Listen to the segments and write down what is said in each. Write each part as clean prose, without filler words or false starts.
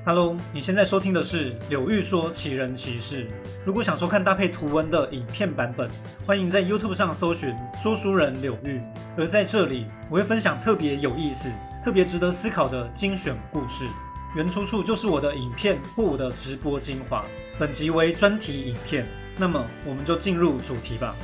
Hello， 你现在收听的是柳玉说奇人奇事。如果想收看搭配图文的影片版本，欢迎在 YouTube 上搜寻说书人柳玉。而在这里，我会分享特别有意思、特别值得思考的精选故事，原出处就是我的影片或我的直播精华。本集为专题影片，那么我们就进入主题吧。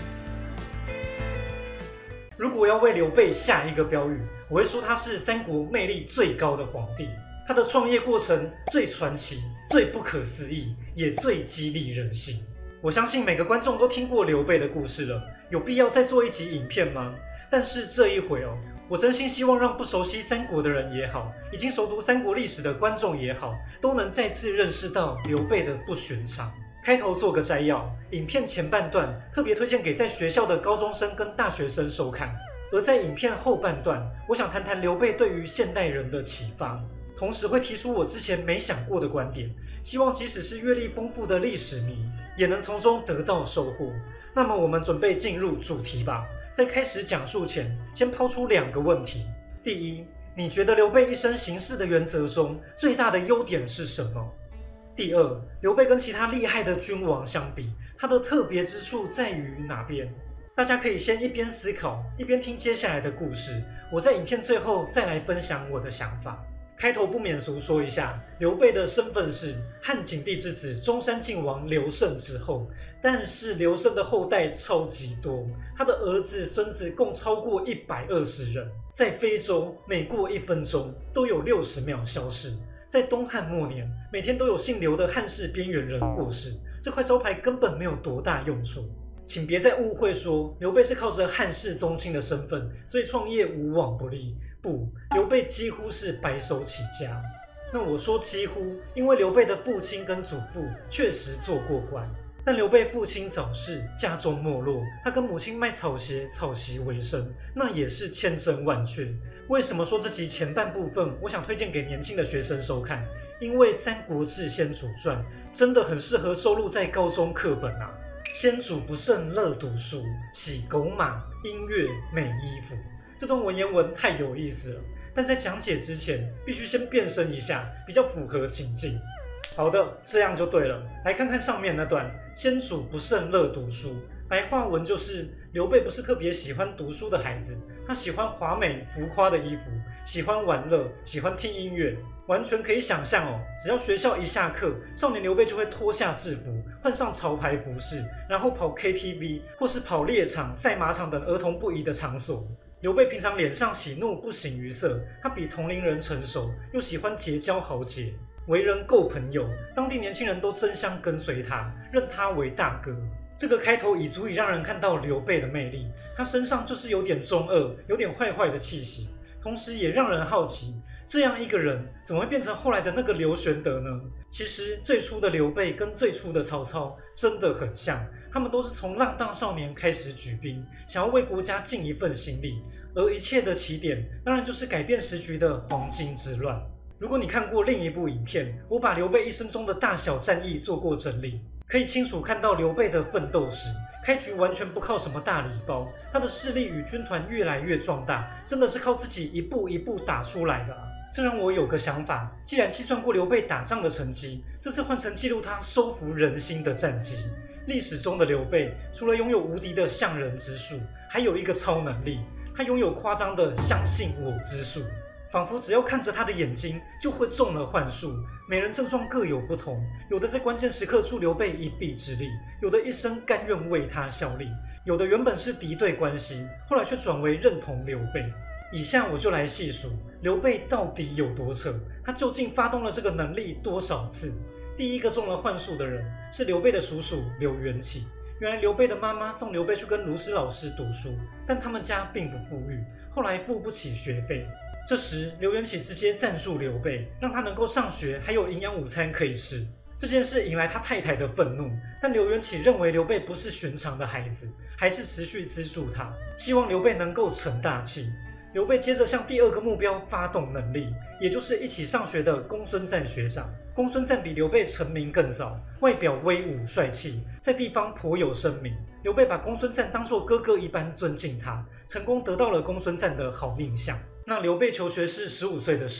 如果要为刘备下一个标语，我会说他是三国魅力最高的皇帝。他的创业过程最传奇、最不可思议，也最激励人心。我相信每个观众都听过刘备的故事了，有必要再做一集影片吗？但是这一回我真心希望让不熟悉三国的人也好，已经熟读三国历史的观众也好，都能再次认识到刘备的不寻常。开头做个摘要，影片前半段特别推荐给在学校的高中生跟大学生收看，而在影片后半段，我想谈谈刘备对于现代人的启发。同时会提出我之前没想过的观点，希望即使是阅历丰富的历史迷，也能从中得到收获。那么我们准备进入主题吧。在开始讲述前，先抛出2个问题。第一，你觉得刘备一生行事的原则中，最大的优点是什么？第二，刘备跟其他厉害的君王相比，他的特别之处在于哪边？大家可以先一边思考，一边听接下来的故事。我在影片最后再来分享我的想法。开头不免俗说一下，刘备的身份是汉景帝之子中山靖王刘胜之后，但是刘胜的后代超级多，他的儿子孙子共超过120人，在非洲每过1分钟都有60秒消逝，在东汉末年每天都有姓刘的汉室边缘人过世，这块招牌根本没有多大用处。请别再误会说刘备是靠着汉室宗亲的身份，所以创业无往不利。不，刘备几乎是白手起家。那我说几乎，因为刘备的父亲跟祖父确实做过官，但刘备父亲早逝，家中没落，他跟母亲卖草鞋、草席为生，那也是千真万确。为什么说这集前半部分我想推荐给年轻的学生收看？因为《三国志先主传》真的很适合收录在高中课本啊。先主不慎乐读书，喜狗马、音乐、美衣服。这段文言文太有意思了，但在讲解之前，必须先变身一下，比较符合情境。好的，这样就对了。来看看上面那段，先主不甚乐读书，白话文就是刘备不是特别喜欢读书的孩子，他喜欢华美浮夸的衣服，喜欢玩乐，喜欢听音乐。完全可以想象只要学校一下课，少年刘备就会脱下制服，换上潮牌服饰，然后跑 KTV 或是跑猎场、赛马场等儿童不宜的场所。刘备平常脸上喜怒不形于色，他比同龄人成熟，又喜欢结交豪杰，为人够朋友，当地年轻人都争相跟随他，认他为大哥。这个开头已足以让人看到刘备的魅力，他身上就是有点中二、有点坏坏的气息，同时也让人好奇，这样一个人怎么会变成后来的那个刘玄德呢？其实最初的刘备跟最初的曹操真的很像，他们都是从浪荡少年开始举兵，想要为国家尽一份心力，而一切的起点当然就是改变时局的黄巾之乱。如果你看过另一部影片，我把刘备一生中的大小战役做过整理，可以清楚看到刘备的奋斗史。开局完全不靠什么大礼包，他的势力与军团越来越壮大，真的是靠自己一步一步打出来的这让我有个想法，既然计算过刘备打仗的成绩，这次换成记录他收服人心的战绩。历史中的刘备除了拥有无敌的相人之术，还有一个超能力，他拥有夸张的相信我之术，仿佛只要看着他的眼睛就会中了幻术。每人症状各有不同，有的在关键时刻助刘备一臂之力，有的一生甘愿为他效力，有的原本是敌对关系，后来却转为认同刘备。以下我就来细数刘备到底有多扯，他究竟发动了这个能力多少次。第一个中了幻术的人是刘备的叔叔刘元起。原来刘备的妈妈送刘备去跟卢师老师读书，但他们家并不富裕，后来付不起学费。这时刘元起直接赞助刘备，让他能够上学，还有营养午餐可以吃。这件事引来他太太的愤怒，但刘元起认为刘备不是寻常的孩子，还是持续资助他，希望刘备能够成大器。刘备接着向第2个目标发动能力，也就是一起上学的公孙瓒学长。公孙瓒比刘备成名更早，外表威武帅气，在地方颇有声名。刘备把公孙瓒当作哥哥一般尊敬他，成功得到了公孙瓒的好印象。那刘备求学是15岁的事，后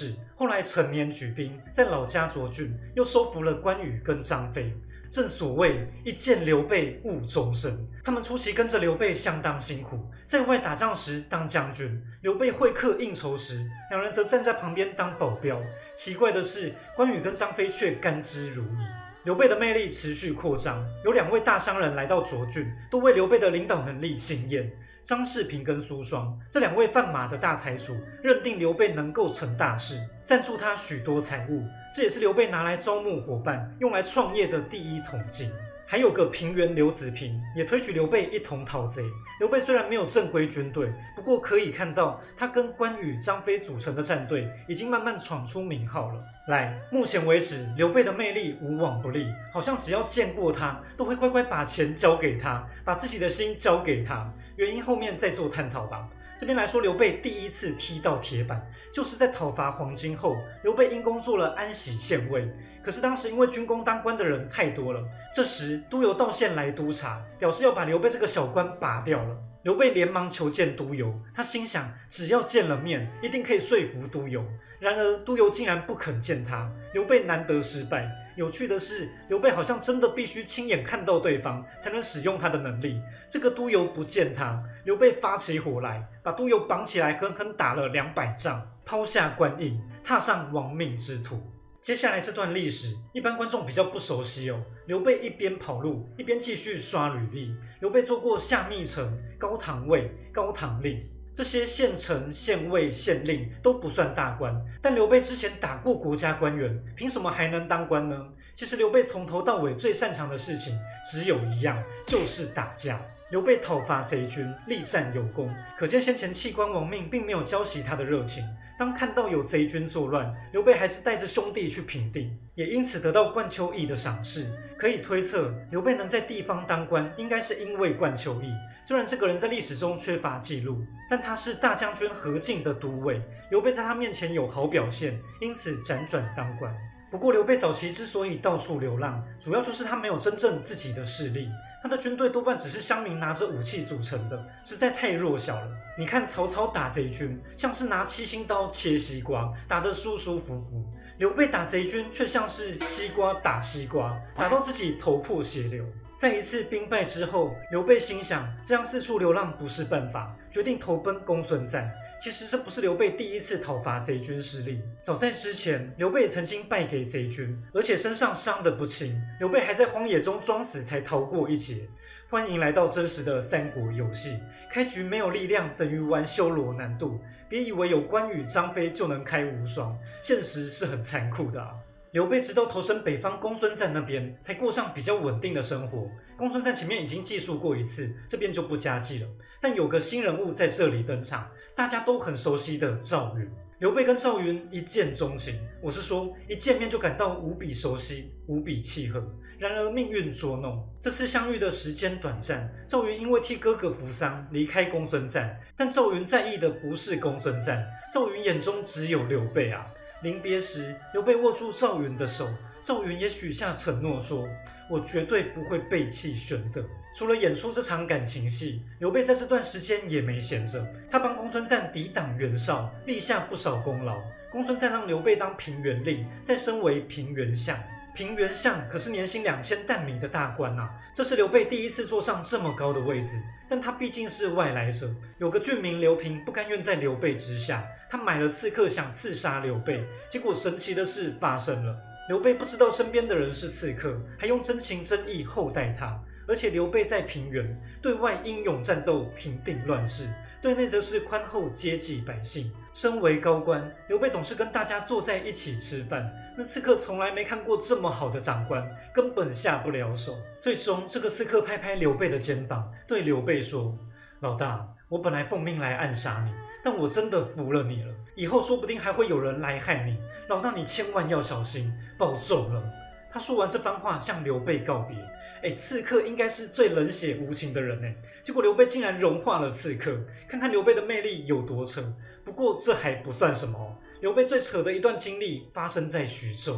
后来成年举兵，在老家涿郡又收服了关羽跟张飞。正所谓一见刘备误终身，他们初期跟着刘备相当辛苦，在外打仗时当将军，刘备会客应酬时，两人则站在旁边当保镖。奇怪的是，关羽跟张飞却甘之如饴。刘备的魅力持续扩张，有2位大商人来到涿郡，都为刘备的领导能力惊艳。张世平跟苏双这2位贩马的大财主，认定刘备能够成大事，赞助他许多财物，这也是刘备拿来招募伙伴、用来创业的第一桶金。还有个平原刘子平，也推举刘备一同讨贼。刘备虽然没有正规军队，不过可以看到他跟关羽、张飞组成的战队已经慢慢闯出名号了。目前为止，刘备的魅力无往不利，好像只要见过他，都会乖乖把钱交给他，把自己的心交给他。原因后面再做探讨吧。这边来说，刘备第一次踢到铁板，就是在讨伐黄巾后，刘备因功做了安喜县尉。可是当时因为军功当官的人太多了，这时督邮到县来督察，表示要把刘备这个小官拔掉了。刘备连忙求见督邮，他心想只要见了面，一定可以说服督邮。然而督邮竟然不肯见他，刘备难得失败。有趣的是，刘备好像真的必须亲眼看到对方，才能使用他的能力。这个督邮不见他，刘备发起火来，把督邮绑起来，狠狠打了200仗，抛下官印，踏上亡命之途。接下来这段历史，一般观众比较不熟悉哦。刘备一边跑路，一边继续刷履历。刘备做过下密丞、高堂尉、高堂令，这些县丞、县尉、县令都不算大官，但刘备之前打过国家官员，凭什么还能当官呢？其实刘备从头到尾最擅长的事情只有一样，就是打架。刘备讨伐贼军，力战有功，可见先前弃官亡命并没有浇熄他的热情。当看到有贼军作乱，刘备还是带着兄弟去平定，也因此得到冠丘义的赏识。可以推测，刘备能在地方当官，应该是因为冠丘义。虽然这个人在历史中缺乏记录，但他是大将军何进的都尉，刘备在他面前有好表现，因此辗转当官。不过刘备早期之所以到处流浪，主要就是他没有真正自己的势力，他的军队多半只是乡民拿着武器组成的，实在太弱小了。你看曹操打贼军，像是拿7星刀切西瓜，打得舒舒服服；刘备打贼军却像是西瓜打西瓜，打到自己头破血流。在一次兵败之后，刘备心想这样四处流浪不是办法，决定投奔公孙瓒。其实这不是刘备第一次讨伐贼军失利，早在之前，刘备也曾经败给贼军，而且身上伤得不轻。刘备还在荒野中装死才逃过一劫。欢迎来到真实的三国游戏，开局没有力量等于玩修罗难度，别以为有关羽、张飞就能开无双，现实是很残酷的啊。刘备直到投身北方公孙瓒那边，才过上比较稳定的生活。公孙瓒前面已经记述过一次，这边就不加记了。但有个新人物在这里登场，大家都很熟悉的赵云。刘备跟赵云一见钟情，我是说一见面就感到无比熟悉，无比契合。然而命运捉弄，这次相遇的时间短暂，赵云因为替哥哥扶丧离开公孙瓒，但赵云在意的不是公孙瓒，赵云眼中只有刘备啊。临别时，刘备握住赵云的手，赵云也许下承诺说：“我绝对不会背弃玄德。”除了演出这场感情戏，刘备在这段时间也没闲着，他帮公孙瓒抵挡袁绍，立下不少功劳。公孙瓒让刘备当平原令，再升为平原相。平原相可是年薪2000担米的大官啊！这是刘备第一次坐上这么高的位置，但他毕竟是外来者。有个郡民刘平不甘愿在刘备之下，他买了刺客想刺杀刘备，结果神奇的事发生了。刘备不知道身边的人是刺客，还用真情真意厚待他。而且刘备在平原对外英勇战斗，平定乱世，对内则是宽厚接济百姓。身为高官，刘备总是跟大家坐在一起吃饭，那刺客从来没看过这么好的长官，根本下不了手。最终这个刺客拍拍刘备的肩膀，对刘备说：“老大，我本来奉命来暗杀你，但我真的服了你了，以后说不定还会有人来害你，老大你千万要小心，保重了。”他说完这番话，向刘备告别。刺客应该是最冷血无情的人结果刘备竟然融化了刺客，看看刘备的魅力有多扯。不过这还不算什么，刘备最扯的一段经历发生在徐州。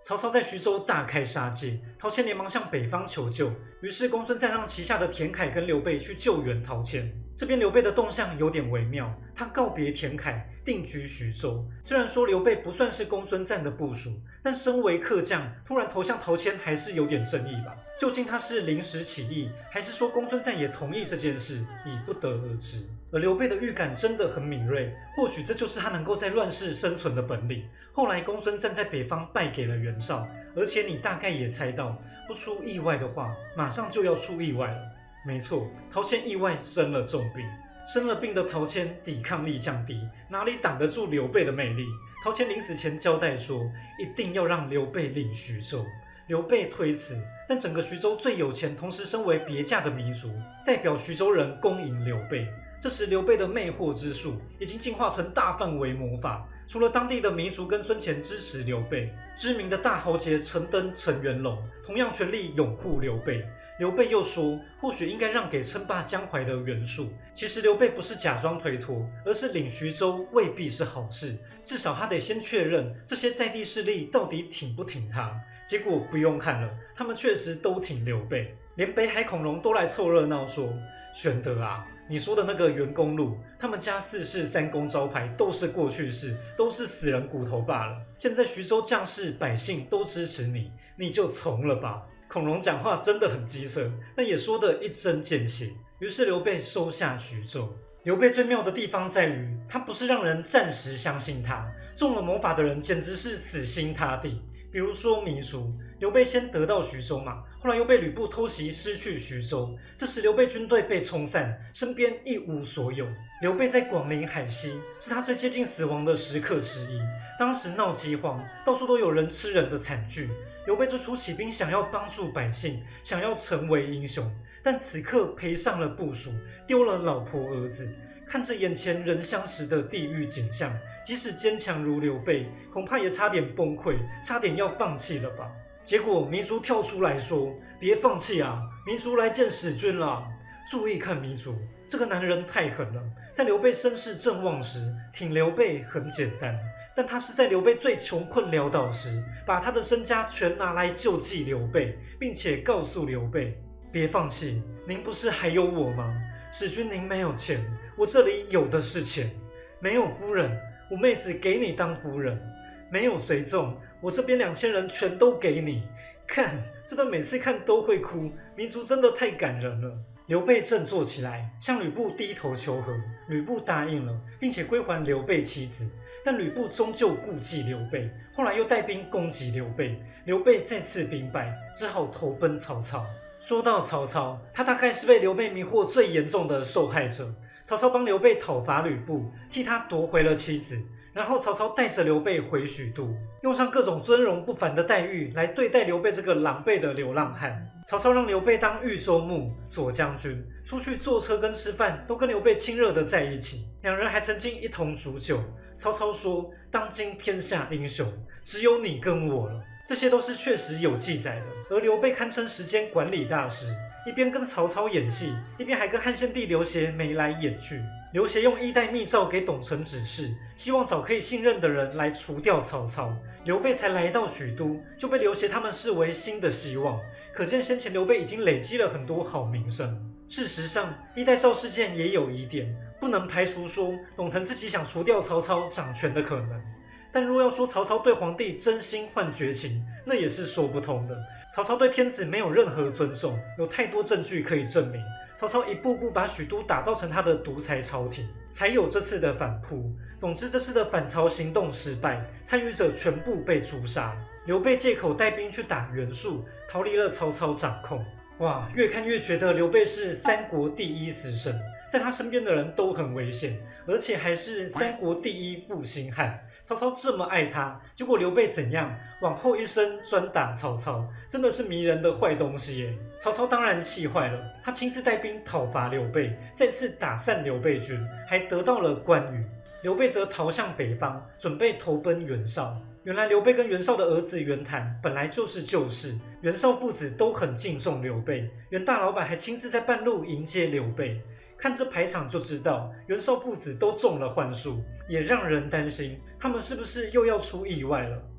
曹操在徐州大开杀戒，陶谦连忙向北方求救。于是公孙瓒让旗下的田凯跟刘备去救援陶谦。这边刘备的动向有点微妙，他告别田凯，定居徐州。虽然说刘备不算是公孙瓒的部属，但身为客将，突然投向陶谦还是有点争议吧？究竟他是临时起意，还是说公孙瓒也同意这件事，已不得而知。而刘备的预感真的很敏锐，或许这就是他能够在乱世生存的本领。后来公孙瓒在北方败给了袁绍，而且你大概也猜到，不出意外的话，马上就要出意外了。没错，陶谦意外生了重病。生了病的陶谦抵抗力降低，哪里挡得住刘备的魅力？陶谦临死前交代说，一定要让刘备领徐州。刘备推辞，但整个徐州最有钱，同时身为别驾的糜竺，代表徐州人恭迎刘备。这时刘备的魅惑之术已经进化成大范围魔法，除了当地的糜竺跟孙乾支持刘备，知名的大豪杰陈登、陈元龙同样全力拥护刘备。刘备又说，或许应该让给称霸江淮的袁术。其实刘备不是假装推脱，而是领徐州未必是好事，至少他得先确认这些在地势力到底挺不挺他。结果不用看了，他们确实都挺刘备，连北海恐龙都来凑热闹说，玄德啊，你说的那个袁公路，他们家4世3公招牌都是过去式，都是死人骨头罢了。现在徐州将士百姓都支持你，你就从了吧。恐龙讲话真的很机车，但也说得一针见血。于是刘备收下徐州。刘备最妙的地方在于，他不是让人暂时相信他，中了魔法的人简直是死心塌地。比如说糜竺，刘备先得到徐州嘛，后来又被吕布偷袭失去徐州，这时刘备军队被冲散，身边一无所有。刘备在广陵海西，是他最接近死亡的时刻之一。当时闹饥荒，到处都有人吃人的惨剧。刘备最初起兵想要帮助百姓，想要成为英雄，但此刻赔上了部属，丢了老婆儿子。看着眼前人相识的地狱景象，即使坚强如刘备，恐怕也差点崩溃，差点要放弃了吧。结果糜竺跳出来说，别放弃啊，糜竺来见使君了。注意看糜竺，这个男人太狠了，在刘备声势正旺时挺刘备很简单，但他是在刘备最穷困潦倒时，把他的身家全拿来救济刘备，并且告诉刘备，别放弃，您不是还有我吗？使君您没有钱，我这里有的是钱。没有夫人，我妹子给你当夫人。没有随从，我这边2000人全都给你。看，这段每次看都会哭，糜竺真的太感人了。刘备振作起来，向吕布低头求和，吕布答应了，并且归还刘备妻子。但吕布终究顾忌刘备，后来又带兵攻击刘备，刘备再次兵败，只好投奔曹操。说到曹操，他大概是被刘备迷惑最严重的受害者。曹操帮刘备讨伐吕布，替他夺回了妻子。然后曹操带着刘备回许都，用上各种尊荣不凡的待遇来对待刘备这个狼狈的流浪汉。曹操让刘备当豫州牧、左将军，出去坐车跟吃饭都跟刘备亲热的在一起。两人还曾经一同煮酒。曹操说：“当今天下英雄，只有你跟我了。”这些都是确实有记载的。而刘备堪称时间管理大师，一边跟曹操演戏，一边还跟汉献帝刘协眉来眼去。刘协用衣带密诏给董承指示，希望找可以信任的人来除掉曹操。刘备才来到许都，就被刘协他们视为新的希望，可见先前刘备已经累积了很多好名声。事实上，衣带诏事件也有疑点，不能排除说董承自己想除掉曹操掌权的可能。但若要说曹操对皇帝真心换绝情，那也是说不通的。曹操对天子没有任何尊重，有太多证据可以证明。曹操一步步把许都打造成他的独裁朝廷，才有这次的反扑。总之，这次的反曹行动失败，参与者全部被诛杀。刘备借口带兵去打袁术，逃离了曹操掌控。哇，越看越觉得刘备是三国第一死神，在他身边的人都很危险，而且还是三国第一负心汉。曹操这么爱他，结果刘备怎样？往后一生专打曹操，真的是迷人的坏东西耶！曹操当然气坏了，他亲自带兵讨伐刘备，再次打散刘备军，还得到了关羽。刘备则逃向北方，准备投奔袁绍。原来刘备跟袁绍的儿子袁谭本来就是旧识，袁绍父子都很敬重刘备，袁大老板还亲自在半路迎接刘备。看这排场就知道，袁绍父子都中了幻术，也让人担心他们是不是又要出意外了。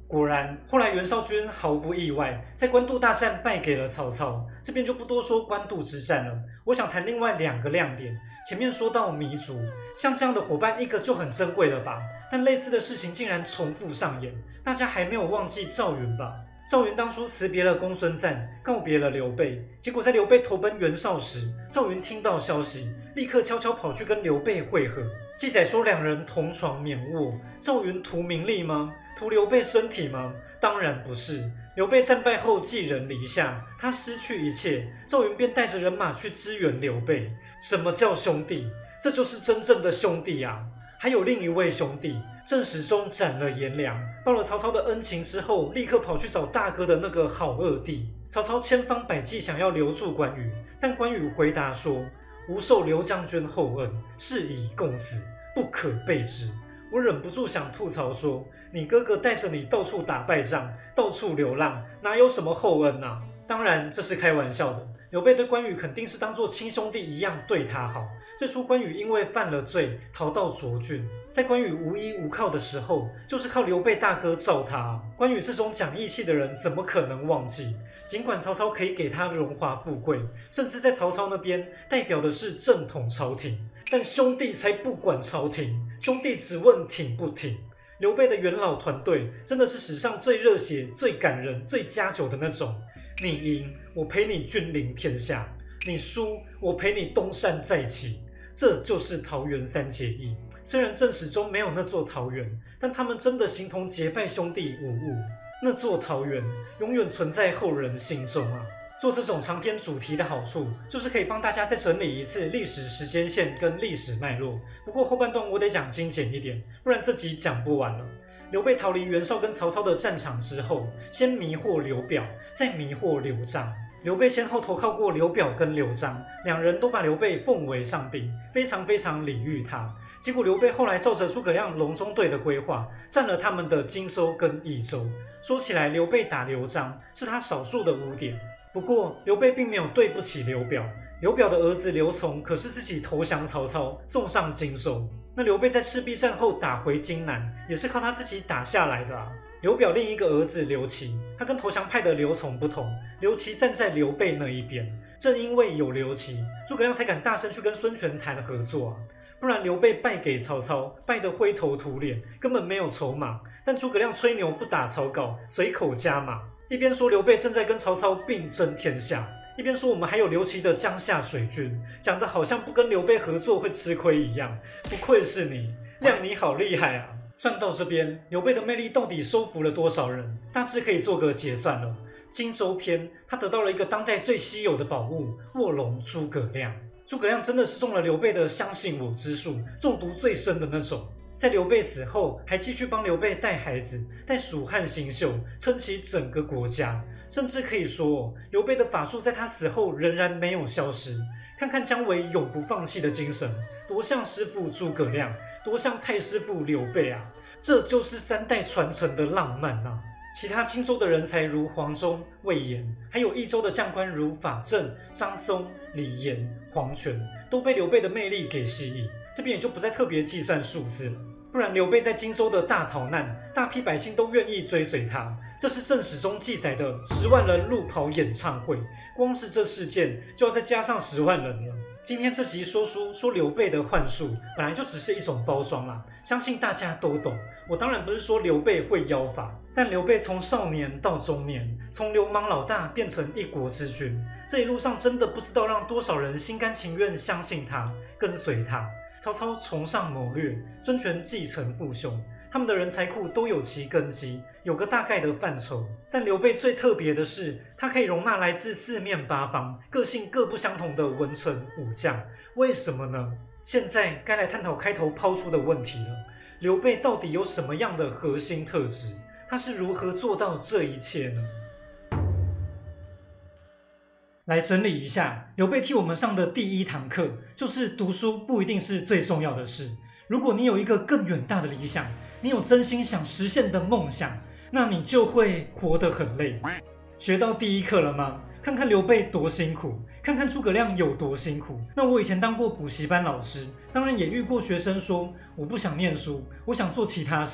果然，后来袁绍军毫不意外，在官渡大战败给了曹操。这边就不多说官渡之战了。我想谈另外2个亮点。前面说到糜竺，像这样的伙伴一个就很珍贵了吧？但类似的事情竟然重复上演，大家还没有忘记赵云吧？赵云当初辞别了公孙瓒，告别了刘备，结果在刘备投奔袁绍时，赵云听到消息，立刻悄悄跑去跟刘备会合。记载说2人同床眠卧，赵云图名利吗？图刘备身体吗？当然不是。刘备战败后寄人篱下，他失去一切，赵云便带着人马去支援刘备。什么叫兄弟？这就是真正的兄弟啊！还有另一位兄弟，郑史中斩了颜良，报了曹操的恩情之后，立刻跑去找大哥的那个好二弟。曹操千方百计想要留住关羽，但关羽回答说：“吾受刘将军厚恩，是以共死，不可背之。”我忍不住想吐槽说：“你哥哥带着你到处打败仗，到处流浪，哪有什么厚恩啊？”当然这是开玩笑的。刘备对关羽肯定是当作亲兄弟一样对他好。最初关羽因为犯了罪，逃到涿郡，在关羽无依无靠的时候，就是靠刘备大哥罩他。关羽这种讲义气的人，怎么可能忘记？尽管曹操可以给他荣华富贵，甚至在曹操那边代表的是正统朝廷，但兄弟才不管朝廷，兄弟只问挺不挺。刘备的元老团队真的是史上最热血、最感人、最加酒的那种。你赢，我陪你君临天下；你输，我陪你东山再起。这就是桃园三结义。虽然正史中没有那座桃园，但他们真的形同结拜兄弟无误。那座桃园永远存在后人心中啊！做这种长篇主题的好处，就是可以帮大家再整理一次历史时间线跟历史脉络。不过后半段我得讲精简一点，不然这集讲不完了。刘备逃离袁绍跟曹操的战场之后，先迷惑刘表，再迷惑刘璋。刘备先后投靠过刘表跟刘璋，2人都把刘备奉为上宾，非常非常礼遇他。结果刘备后来照着诸葛亮隆中对的规划，占了他们的荆州跟益州。说起来，刘备打刘璋是他少数的污点。不过刘备并没有对不起刘表，刘表的儿子刘琮可是自己投降曹操，送上荆州。那刘备在赤壁战后打回荆南，也是靠他自己打下来的啊。刘表另一个儿子刘琦，他跟投降派的刘琮不同，刘琦站在刘备那一边。正因为有刘琦，诸葛亮才敢大声去跟孙权谈合作啊。不然刘备败给曹操，败得灰头土脸，根本没有筹码。但诸葛亮吹牛不打草稿，随口加码，一边说刘备正在跟曹操并争天下，一边说我们还有刘琦的江夏水军，讲得好像不跟刘备合作会吃亏一样。不愧是你，亮你好厉害啊！算到这边，刘备的魅力到底收服了多少人？大致可以做个结算了。荆州篇，他得到了一个当代最稀有的宝物——卧龙诸葛亮。诸葛亮真的是中了刘备的相信我之术，中毒最深的那种。在刘备死后，还继续帮刘备带孩子，带蜀汉新秀，撑起整个国家。甚至可以说，刘备的法术在他死后仍然没有消失。看看姜维永不放弃的精神，多像师父诸葛亮，多像太师父刘备啊！这就是3代传承的浪漫啊！其他荆州的人才如黄忠、魏延，还有益州的将官如法正、张松、李严、黄权，都被刘备的魅力给吸引。这边也就不再特别计算数字了。不然刘备在荆州的大逃难，大批百姓都愿意追随他。这是正史中记载的10万人路跑演唱会，光是这事件就要再加上10万人了。今天这集说书说刘备的幻术，本来就只是一种包装啦，相信大家都懂。我当然不是说刘备会妖法，但刘备从少年到中年，从流氓老大变成一国之君，这一路上真的不知道让多少人心甘情愿相信他，跟随他。曹操崇尚谋略，孙权继承父兄，他们的人才库都有其根基，有个大概的范畴。但刘备最特别的是，他可以容纳来自4面8方、个性各不相同的文臣武将。为什么呢？现在该来探讨开头抛出的问题了：刘备到底有什么样的核心特质？他是如何做到这一切呢？来整理一下，刘备替我们上的第1堂课，就是读书不一定是最重要的事。如果你有一个更远大的理想，你有真心想实现的梦想，那你就会活得很累。学到第1课了吗？看看刘备多辛苦，看看诸葛亮有多辛苦。那我以前当过补习班老师，当然也遇过学生说我不想念书，我想做其他事。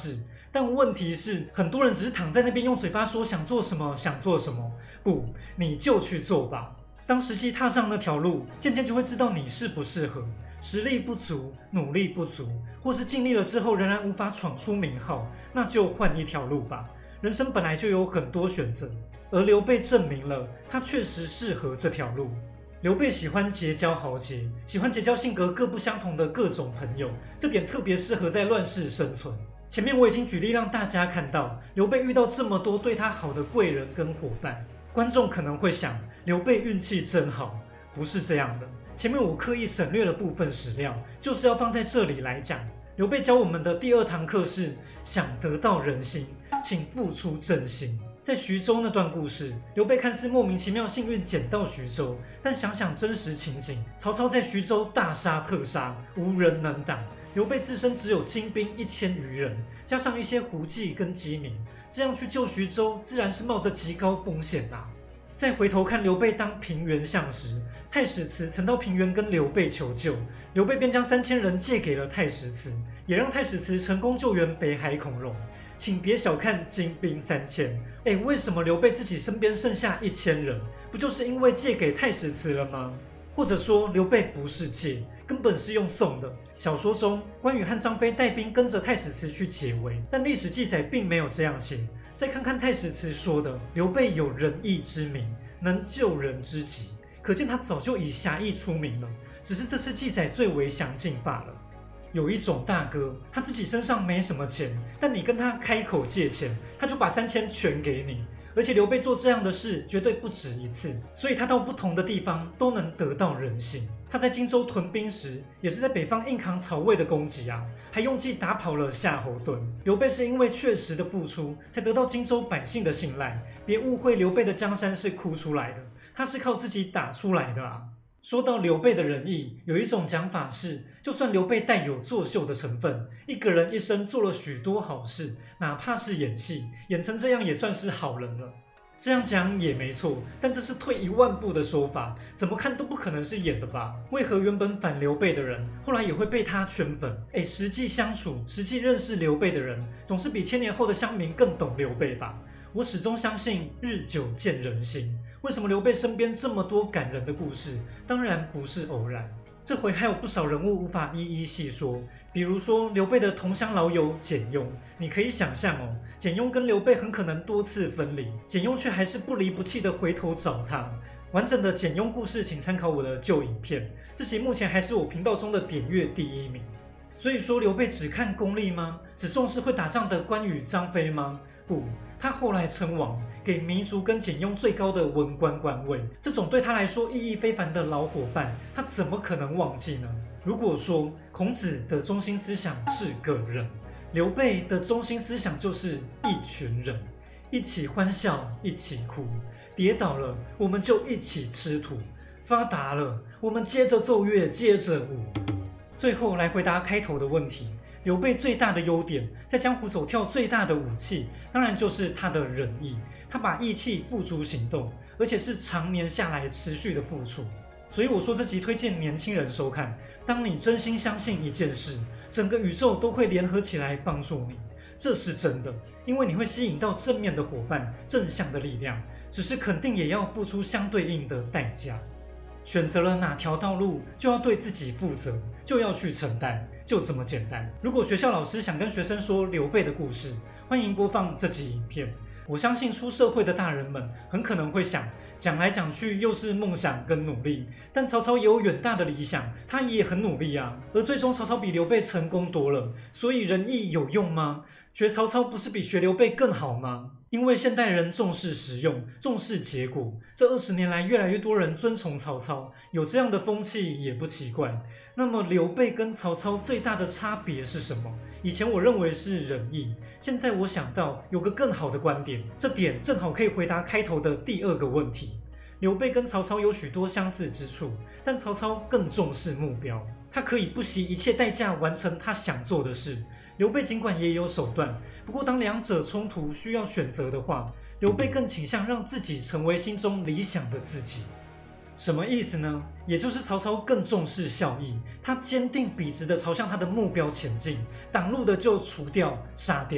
但问题是，很多人只是躺在那边用嘴巴说想做什么想做什么，不，你就去做吧。当实际踏上那条路，渐渐就会知道你适不适合。实力不足，努力不足，或是尽力了之后仍然无法闯出名号，那就换一条路吧。人生本来就有很多选择，而刘备证明了他确实适合这条路。刘备喜欢结交豪杰，喜欢结交性格各不相同的各种朋友，这点特别适合在乱世生存。前面我已经举例让大家看到，刘备遇到这么多对他好的贵人跟伙伴。观众可能会想，刘备运气真好，不是这样的。前面我刻意省略了部分史料，就是要放在这里来讲。刘备教我们的第2堂课是：想得到人心，请付出真心。在徐州那段故事，刘备看似莫名其妙幸运捡到徐州，但想想真实情景，曹操在徐州大杀特杀，无人能挡。刘备自身只有精兵1000余人，加上一些胡骑跟机民，这样去救徐州，自然是冒着极高风险啊。再回头看刘备当平原相时，太史慈曾到平原跟刘备求救，刘备便将3000人借给了太史慈，也让太史慈成功救援北海孔融。请别小看精兵3000，为什么刘备自己身边剩下1000人？不就是因为借给太史慈了吗？或者说刘备不是借，根本是用送的。小说中，关羽和张飞带兵跟着太史慈去解围，但历史记载并没有这样写。再看看太史慈说的，刘备有仁义之名，能救人之急，可见他早就以侠义出名了，只是这次记载最为详尽罢了。有一种大哥，他自己身上没什么钱，但你跟他开口借钱，他就把3000全给你。而且刘备做这样的事绝对不止一次，所以他到不同的地方都能得到人心。他在荆州屯兵时，也是在北方硬扛曹魏的攻击啊，还用计打跑了夏侯惇。刘备是因为确实的付出，才得到荆州百姓的信赖。别误会刘备的江山是哭出来的，他是靠自己打出来的啊。说到刘备的仁义，有一种讲法是，就算刘备带有作秀的成分，一个人一生做了许多好事，哪怕是演戏，演成这样也算是好人了。这样讲也没错，但这是退1万步的说法，怎么看都不可能是演的吧？为何原本反刘备的人，后来也会被他圈粉？实际相处、实际认识刘备的人，总是比1000年后的乡民更懂刘备吧？我始终相信日久见人心。为什么刘备身边这么多感人的故事？当然不是偶然。这回还有不少人物无法一一细说，比如说刘备的同乡老友简雍，你可以想象哦，简雍跟刘备很可能多次分离，简雍却还是不离不弃的回头找他。完整的简雍故事，请参考我的旧影片，这集目前还是我频道中的点阅第1名。所以说刘备只看功力吗？只重视会打仗的关羽、张飞吗？不，他后来称王，给糜竺跟简雍最高的文官官位，这种对他来说意义非凡的老伙伴，他怎么可能忘记呢？如果说孔子的中心思想是个人，刘备的中心思想就是一群人，一起欢笑，一起哭，跌倒了我们就一起吃土，发达了我们接着奏乐，接着舞。最后来回答开头的问题，刘备最大的优点，在江湖走跳最大的武器，当然就是他的仁义。他把义气付诸行动，而且是常年下来持续的付出。所以我说这集推荐年轻人收看。当你真心相信一件事，整个宇宙都会联合起来帮助你，这是真的，因为你会吸引到正面的伙伴，正向的力量。只是肯定也要付出相对应的代价。选择了哪条道路，就要对自己负责，就要去承担，就这么简单。如果学校老师想跟学生说刘备的故事，欢迎播放这集影片。我相信出社会的大人们很可能会想，讲来讲去又是梦想跟努力，但曹操也有远大的理想，他也很努力啊。而最终曹操比刘备成功多了，所以仁义有用吗？学曹操不是比学刘备更好吗？因为现代人重视实用，重视结果，这20年来越来越多人遵从曹操，有这样的风气也不奇怪。那么刘备跟曹操最大的差别是什么？以前我认为是仁义，现在我想到有个更好的观点，这点正好可以回答开头的第2个问题。刘备跟曹操有许多相似之处，但曹操更重视目标，他可以不惜一切代价完成他想做的事。刘备尽管也有手段，不过当两者冲突需要选择的话，刘备更倾向让自己成为心中理想的自己。什么意思呢？也就是曹操更重视效益，他坚定笔直地朝向他的目标前进，挡路的就除掉、杀掉。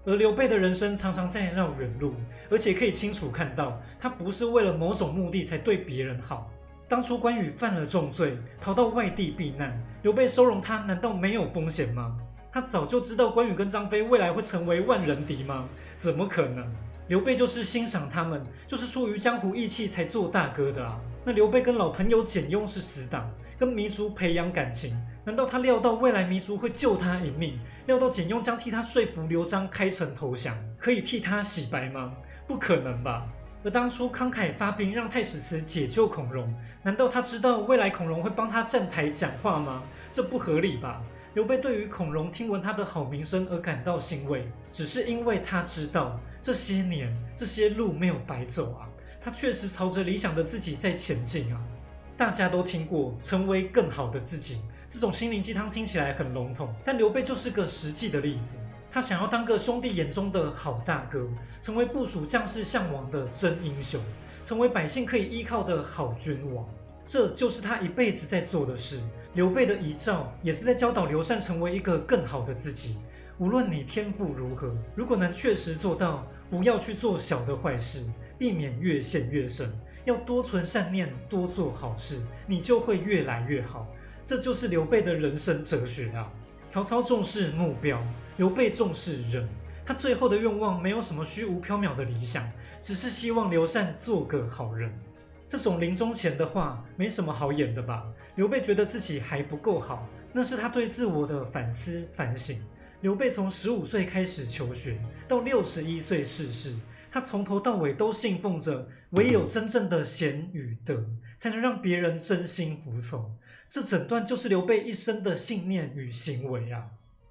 而刘备的人生常常在绕远路，而且可以清楚看到，他不是为了某种目的才对别人好。当初关羽犯了重罪，逃到外地避难，刘备收容他，难道没有风险吗？他早就知道关羽跟张飞未来会成为万人敌吗？怎么可能？刘备就是欣赏他们，就是出于江湖义气才做大哥的啊。那刘备跟老朋友简雍是死党，跟糜竺培养感情，难道他料到未来糜竺会救他一命？料到简雍将替他说服刘璋开城投降，可以替他洗白吗？不可能吧。而当初慷慨发兵让太史慈解救孔融，难道他知道未来孔融会帮他站台讲话吗？这不合理吧。刘备对于孔融听闻他的好名声而感到欣慰，只是因为他知道这些年这些路没有白走啊，他确实朝着理想的自己在前进啊。大家都听过成为更好的自己，这种心灵鸡汤听起来很笼统，但刘备就是个实际的例子。他想要当个兄弟眼中的好大哥，成为部属将士向往的真英雄，成为百姓可以依靠的好君王。这就是他一辈子在做的事。刘备的遗诏也是在教导刘禅成为一个更好的自己。无论你天赋如何，如果能确实做到不要去做小的坏事，避免越陷越深，要多存善念，多做好事，你就会越来越好。这就是刘备的人生哲学啊！曹操重视目标，刘备重视人。他最后的愿望没有什么虚无缥缈的理想，只是希望刘禅做个好人。这种临终前的话没什么好演的吧？刘备觉得自己还不够好，那是他对自我的反思反省。刘备从15岁开始求学，到61岁逝世，他从头到尾都信奉着唯有真正的贤与德，才能让别人真心服从。这整段就是刘备一生的信念与行为啊！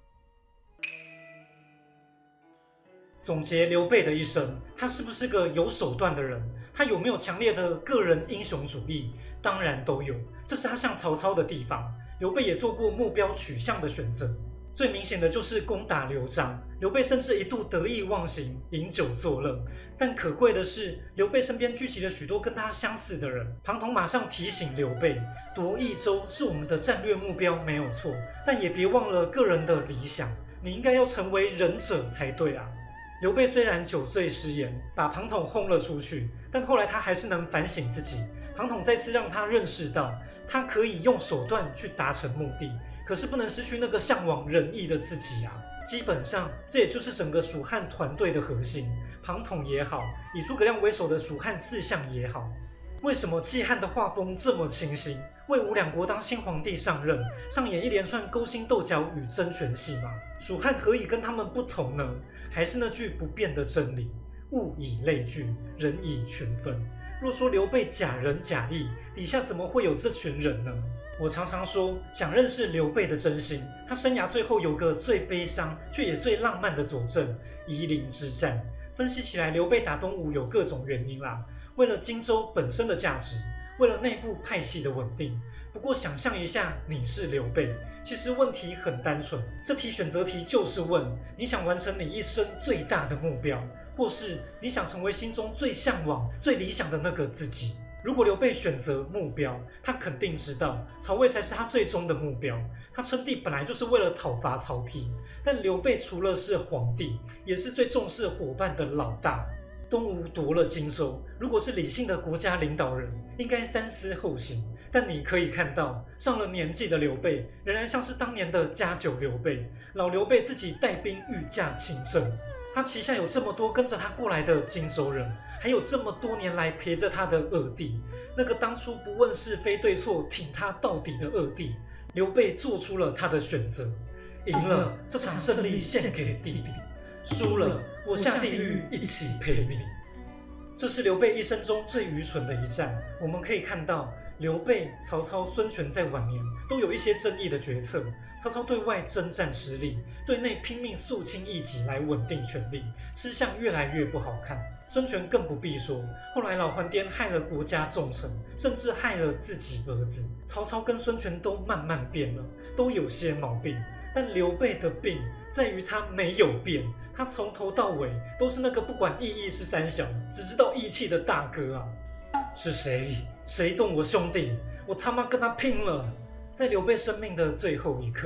总结刘备的一生，他是不是个有手段的人？他有没有强烈的个人英雄主义？当然都有，这是他像曹操的地方。刘备也做过目标取向的选择，最明显的就是攻打刘璋。刘备甚至一度得意忘形，饮酒作乐。但可贵的是，刘备身边聚集了许多跟他相似的人。庞统马上提醒刘备，夺益州是我们的战略目标没有错，但也别忘了个人的理想，你应该要成为仁者才对啊。刘备虽然酒醉失言，把庞统轰了出去，但后来他还是能反省自己。庞统再次让他认识到，他可以用手段去达成目的，可是不能失去那个向往仁义的自己啊。基本上，这也就是整个蜀汉团队的核心。庞统也好，以诸葛亮为首的蜀汉四相也好。为什么季汉的画风这么清新？魏吴两国当新皇帝上任，上演一连串勾心斗角与争权戏码。蜀汉何以跟他们不同呢？还是那句不变的真理：物以类聚，人以群分。若说刘备假仁假义，底下怎么会有这群人呢？我常常说，想认识刘备的真心，他生涯最后有个最悲伤却也最浪漫的佐证——夷陵之战。分析起来，刘备打东吴有各种原因啦。为了荆州本身的价值，为了内部派系的稳定。不过想象一下，你是刘备，其实问题很单纯。这题选择题就是问：你想完成你一生最大的目标，或是你想成为心中最向往、最理想的那个自己？如果刘备选择目标，他肯定知道曹魏才是他最终的目标。他称帝本来就是为了讨伐曹丕，但刘备除了是皇帝，也是最重视伙伴的老大。东吴夺了荆州，如果是理性的国家领导人，应该三思后行。但你可以看到，上了年纪的刘备，仍然像是当年的加9刘备。老刘备自己带兵御驾亲征，他旗下有这么多跟着他过来的荆州人，还有这么多年来陪着他的二弟，那个当初不问是非对错、挺他到底的二弟。刘备做出了他的选择，赢了这场胜利献给弟弟，输了我下地狱一起陪你。这是刘备一生中最愚蠢的一战。我们可以看到，刘备、曹操、孙权在晚年都有一些争议的决策。曹操对外征战失利，对内拼命肃清异己来稳定权力，吃相越来越不好看。孙权更不必说，后来老还颠害了国家重臣，甚至害了自己儿子。曹操跟孙权都慢慢变了，都有些毛病。但刘备的病在于他没有变，他从头到尾都是那个不管意义是三小，只知道义气的大哥啊！是谁动我兄弟，我他妈跟他拼了！在刘备生命的最后一刻，他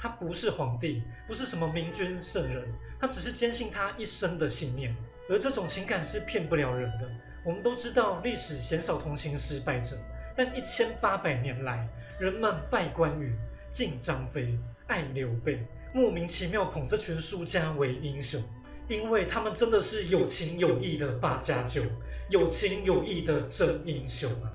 他不是皇帝，不是什么明君圣人，他只是坚信他一生的信念。而这种情感是骗不了人的。我们都知道历史鲜少同情失败者，但1800年来，人们拜关羽、敬张飞、爱刘备，莫名其妙捧这群输家为英雄，因为他们真的是有情有义的8+9，有情有义的真英雄啊！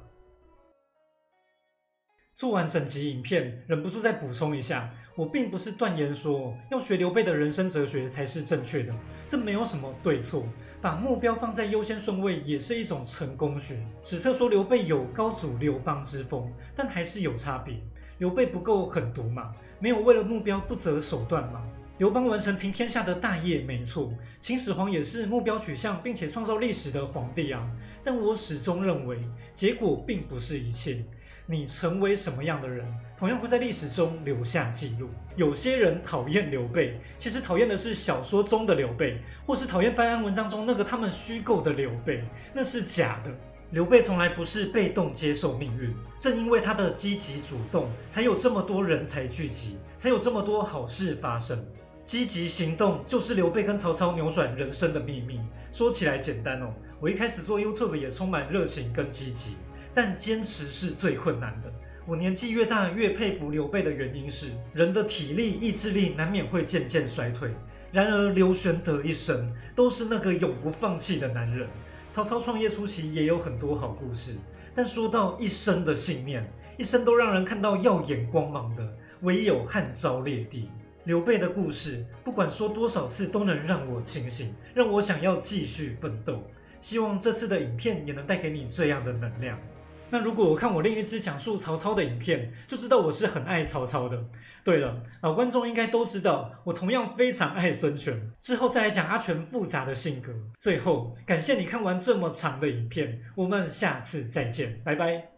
做完整集影片，忍不住再补充一下，我并不是断言说要学刘备的人生哲学才是正确的，这没有什么对错，把目标放在优先顺位也是一种成功学。史册说刘备有高祖刘邦之风，但还是有差别。刘备不够狠毒嘛，没有为了目标不择手段嘛。刘邦完成平天下的大业没错，秦始皇也是目标取向并且创造历史的皇帝啊。但我始终认为，结果并不是一切。你成为什么样的人，同样会在历史中留下记录。有些人讨厌刘备，其实讨厌的是小说中的刘备，或是讨厌翻案文章中那个他们虚构的刘备，那是假的。刘备从来不是被动接受命运，正因为他的积极主动，才有这么多人才聚集，才有这么多好事发生。积极行动就是刘备跟曹操扭转人生的秘密。说起来简单哦，我一开始做 YouTube 也充满热情跟积极。但坚持是最困难的。我年纪越大，越佩服刘备的原因是，人的体力、意志力难免会渐渐衰退。然而刘玄德一生都是那个永不放弃的男人。曹操创业初期也有很多好故事，但说到一生的信念，一生都让人看到耀眼光芒的，唯有汉昭烈帝。刘备的故事，不管说多少次，都能让我清醒，让我想要继续奋斗。希望这次的影片也能带给你这样的能量。那如果我看我另一支讲述曹操的影片，就知道我是很爱曹操的。对了，老观众应该都知道，我同样非常爱孙权。之后再来讲阿权复杂的性格。最后，感谢你看完这么长的影片，我们下次再见，拜拜。